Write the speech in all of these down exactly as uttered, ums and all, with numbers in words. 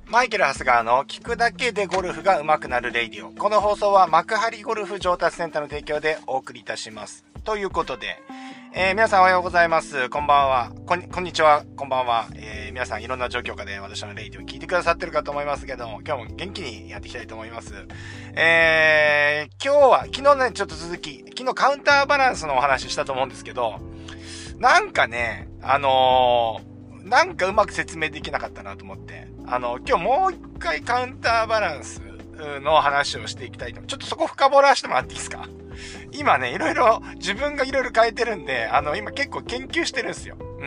マイケル・ハスガーの聞くだけでゴルフが上手くなるレイディオ。この放送は幕張ゴルフ上達センターの提供でお送りいたします。ということで、えー、皆さんおはようございます。こんばんは。こん、こんにちは。こんばんは。えー、皆さんいろんな状況下で私のレイディオを聞いてくださってるかと思いますけども、今日も元気にやっていきたいと思います。えー、今日は、昨日ね、ちょっと続き、昨日カウンターバランスのお話したと思うんですけど、なんかね、あのー、なんかうまく説明できなかったなと思って、あの、今日もう一回カウンターバランスの話をしていきたいと。ちょっとそこ深掘らせてもらっていいですか？今ね、いろいろ、自分がいろいろ変えてるんで、あの、今結構研究してるんですよ。うん。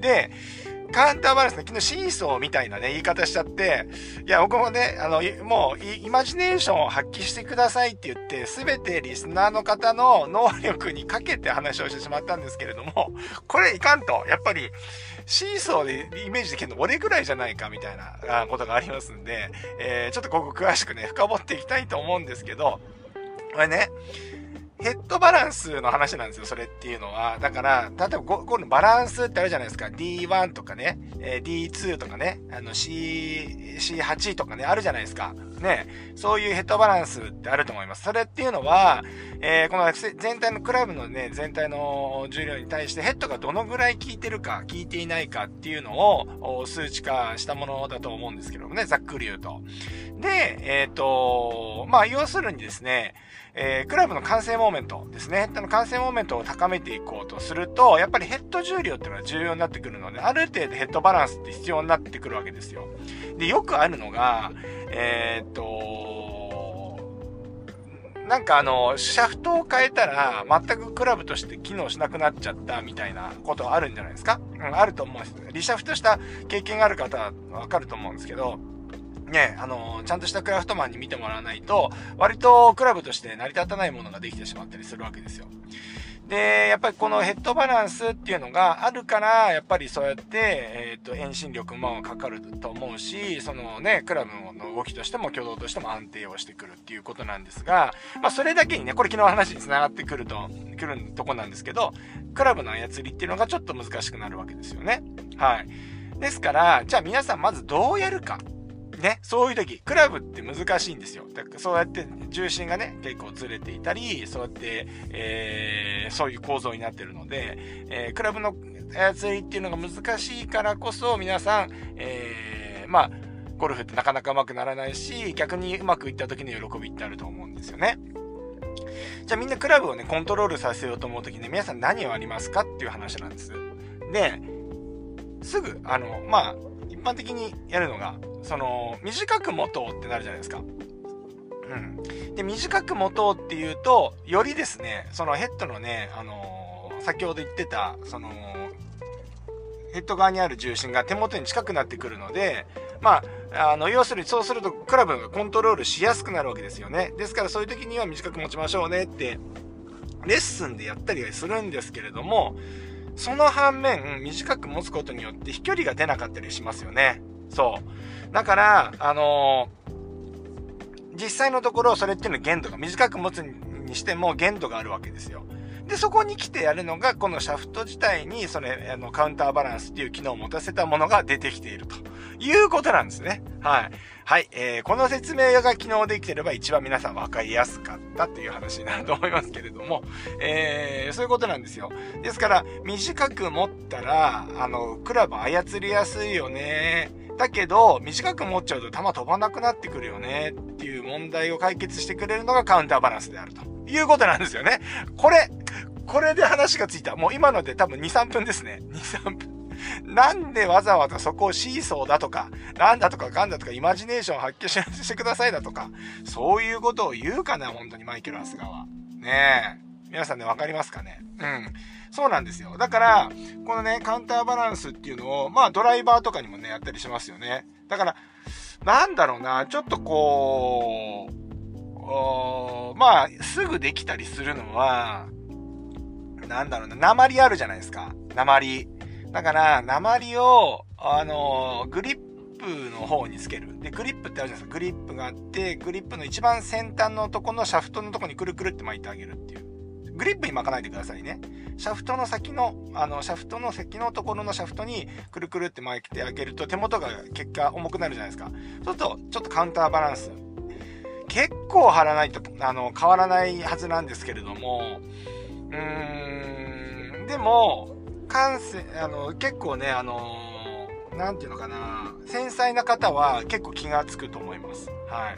で、カウンターバランスね、昨日シーソーみたいなね、言い方しちゃって、いや、僕もね、あの、もう、イマジネーションを発揮してくださいって言って、すべてリスナーの方の能力にかけて話をしてしまったんですけれども、これいかんと、やっぱり、シーソーでイメージできるの俺ぐらいじゃないかみたいなことがありますんで、えー、ちょっとここ詳しくね、深掘っていきたいと思うんですけど、これね、ヘッドバランスの話なんですよ、それっていうのは。だから、例えばゴールのバランスってあるじゃないですか。ディーワン とかね、えー、ディーツー とかね、あの C、シーエイト とかね、あるじゃないですか。ね、そういうヘッドバランスってあると思います。それっていうのは、えー、この全体のクラブのね、全体の重量に対してヘッドがどのぐらい効いてるか、効いていないかっていうのを数値化したものだと思うんですけどもね、ざっくり言うと。で、えっと、まあ、要するにですね、えー、クラブの完成モーメントですね。ヘッドの完成モーメントを高めていこうとすると、やっぱりヘッド重量っていうのは重要になってくるので、ある程度ヘッドバランスって必要になってくるわけですよ。で、よくあるのが、えー、っと、なんかあの、シャフトを変えたら、全くクラブとして機能しなくなっちゃったみたいなことはあるんじゃないですか？うん、あると思うんです。リシャフトした経験がある方はわかると思うんですけど、ね、あの、ちゃんとしたクラフトマンに見てもらわないと、割とクラブとして成り立たないものができてしまったりするわけですよ。で、やっぱりこのヘッドバランスっていうのがあるから、やっぱりそうやって、えっと、遠心力もかかると思うし、そのね、クラブの動きとしても挙動としても安定をしてくるっていうことなんですが、まあそれだけにね、これ昨日の話に繋がってくると、くるとこなんですけど、クラブの操りっていうのがちょっと難しくなるわけですよね。はい。ですから、じゃあ皆さんまずどうやるか。ね、そういう時、クラブって難しいんですよ。だからそうやって重心がね、結構ずれていたり、そうやって、えー、そういう構造になってるので、えー、クラブの操りっていうのが難しいからこそ、皆さん、えー、まあ、ゴルフってなかなか上手くならないし、逆にうまくいった時の喜びってあると思うんですよね。じゃあみんなクラブをね、コントロールさせようと思う時に、ね、皆さん何をありますかっていう話なんです。で、すぐ、あの、まあ、一般的にやるのが、その、短く持とうってなるじゃないですか。うん。で、短く持とうっていうと、よりですね、そのヘッドのね、あのー、先ほど言ってた、その、ヘッド側にある重心が手元に近くなってくるので、まあ、あの、要するにそうするとクラブがコントロールしやすくなるわけですよね。ですからそういう時には短く持ちましょうねって、レッスンでやったりはするんですけれども、その反面、短く持つことによって飛距離が出なかったりしますよね。そう。だから、あのー、実際のところ、それっていうのは限度が、短く持つにしても限度があるわけですよ。で、そこに来てやるのが、このシャフト自体に、それ、あの、カウンターバランスっていう機能を持たせたものが出てきているということなんですね。はい。はい。えー、この説明が機能できてれば一番皆さん分かりやすかったっていう話になると思いますけれども、えー、そういうことなんですよ。ですから、短く持ったら、あの、クラブ操りやすいよね。だけど、短く持っちゃうと球飛ばなくなってくるよねっていう問題を解決してくれるのがカウンターバランスであるということなんですよね。これ、これで話がついた。もう今ので多分に、さんぷんですね。に、さんぷん。なんでわざわざそこをシーソーだとか、なんだとかかんだとか、イマジネーションを発揮してくださいだとか、そういうことを言うかな、本当にマイケル・ハスガーは。ねえ。皆さんね、わかりますかね？うん。そうなんですよ。だから、このね、カウンターバランスっていうのを、まあドライバーとかにもね、やったりしますよね。だから、なんだろうな、ちょっとこう、まあ、すぐできたりするのは、なんだろうな、鉛あるじゃないですか。鉛。だから、鉛を、あの、グリップの方につける。で、グリップってあるじゃないですか。グリップがあって、グリップの一番先端のとこのシャフトのとこにくるくるって巻いてあげるっていう。 グリップに巻かないでくださいね。シャフトの先の、あの、シャフトの先のところのシャフトにくるくるって巻いてあげると手元が結果重くなるじゃないですか。そうすると、ちょっとカウンターバランス。結構張らないと、あの、変わらないはずなんですけれども、うーん、でも、感性、あの、結構ね、あの、なんていうのかな、繊細な方は結構気がつくと思います。はい。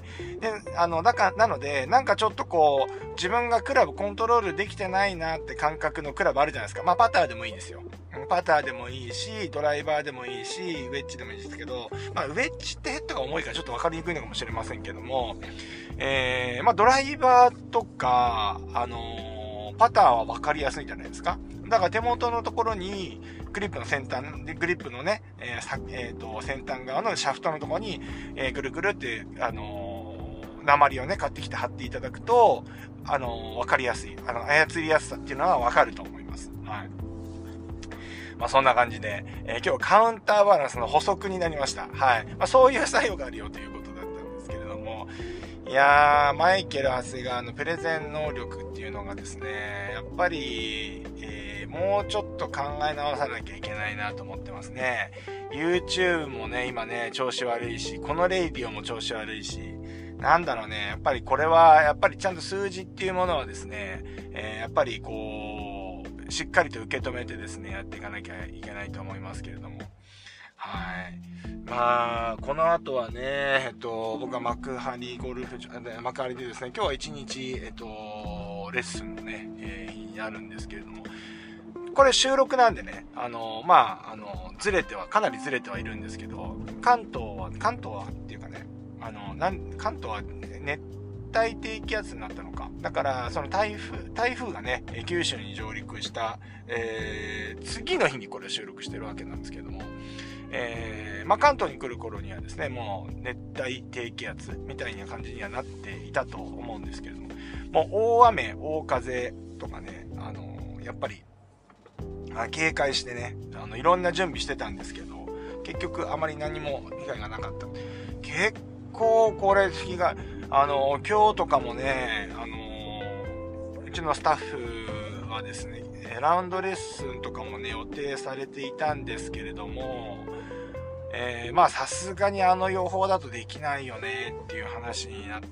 で、あの、だから、なので、なんかちょっとこう、自分がクラブコントロールできてないなって感覚のクラブあるじゃないですか。まあ、パターでもいいですよ。パターでもいいし、ドライバーでもいいし、ウェッジでもいいですけど、まあ、ウェッジってヘッドが重いからちょっと分かりにくいのかもしれませんけども、えー、まあ、ドライバーとか、あのー、パターは分かりやすいんじゃないですか。だから手元のところに、グリップの先端で、グリップのね、えーさえー、と先端側のシャフトのところに、えー、ぐるぐるって、あのー、鉛をね、買ってきて貼っていただくと、あのー、わかりやすい、あの、操りやすさっていうのはわかると思います。はい。まあ、そんな感じで、えー、今日はカウンターバランスの補足になりました。はい。まあ、そういう作用があるよということだったんですけれども、いやー、マイケル・長谷川のプレゼン能力っていうのがですね、やっぱり、えーもうちょっと考え直さなきゃいけないなと思ってますね。YouTube もね、今ね、調子悪いし、このレイディオも調子悪いし、なんだろうね、やっぱりこれは、やっぱりちゃんと数字っていうものはですね、えー、やっぱりこう、しっかりと受け止めてですね、やっていかなきゃいけないと思いますけれども。はい。まあ、この後はね、えっと、僕は幕張ゴルフ場、幕張でですね、今日は一日、えっと、レッスンのね、えー、日になるんですけれども、これ収録なんでね、あの、まあ、あの、ずれては、かなりずれてはいるんですけど、関東は、関東はっていうかね、あの、なん、関東は熱帯低気圧になったのか。だから、その台風、台風がね、九州に上陸した、えー、次の日にこれ収録してるわけなんですけども、えー、まあ、関東に来る頃にはですね、もう熱帯低気圧みたいな感じにはなっていたと思うんですけれども、もう大雨、大風とかね、あの、やっぱり、警戒してね、あのいろんな準備してたんですけど、結局あまり何も被害がなかった。結構これ被害、あの今日とかもね、あのうちのスタッフはですね、ラウンドレッスンとかもね予定されていたんですけれども、えー、まあさすがにあの予報だとできないよねっていう話になって、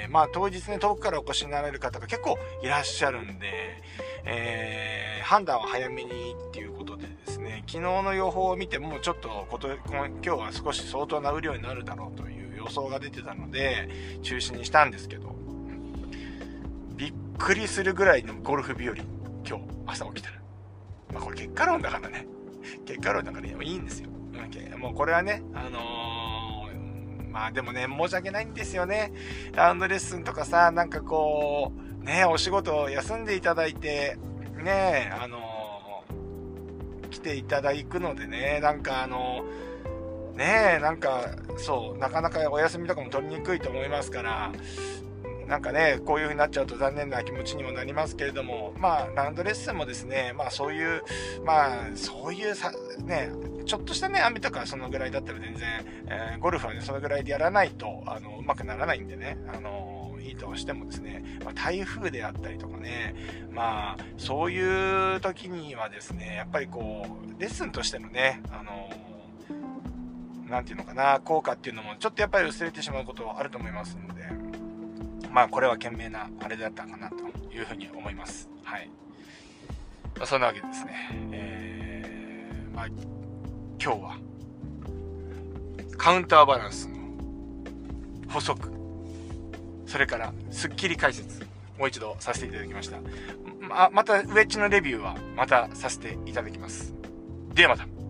まあ当日ね遠くからお越しになられる方が結構いらっしゃるんで、えー、判断は早めにっていうことでですね、昨日の予報を見てもちょっとこと今日は少し相当な雨量になるだろうという予想が出てたので中止にしたんですけど、びっくりするぐらいのゴルフ日和、今日朝起きたら、まあこれ結果論だからね、結果論だからいいんですよ。もうこれはね、あのー、まあでもね、申し訳ないんですよね。ラウンドレッスンとかさ、なんかこう、ね、お仕事を休んでいただいて、ね、あのー、来ていただくのでね、なんかあのー、ね、なんか、そう、なかなかお休みとかも取りにくいと思いますから、なんかね、こういう風になっちゃうと残念な気持ちにもなりますけれども、まあ、ラウンドレッスンもですね、まあそういう、まあ、そういうさ、ね、ちょっとしたね、雨とかそのぐらいだったら全然、えー、ゴルフはね、そのぐらいでやらないと、あの、うまくならないんでね、あの、いいとしてもですね、まあ、台風であったりとかね、まあ、そういう時にはですね、やっぱりこう、レッスンとしてのね、あの、なんていうのかな、効果っていうのもちょっとやっぱり薄れてしまうことはあると思いますので、まあこれは賢明なあれだったかなというふうに思います。はい。まあ、そんなわけでですね、えー、まあ今日はカウンターバランスの補足、それからスッキリ解説もう一度させていただきました。ま、またウェッジのレビューはまたさせていただきます。ではまた。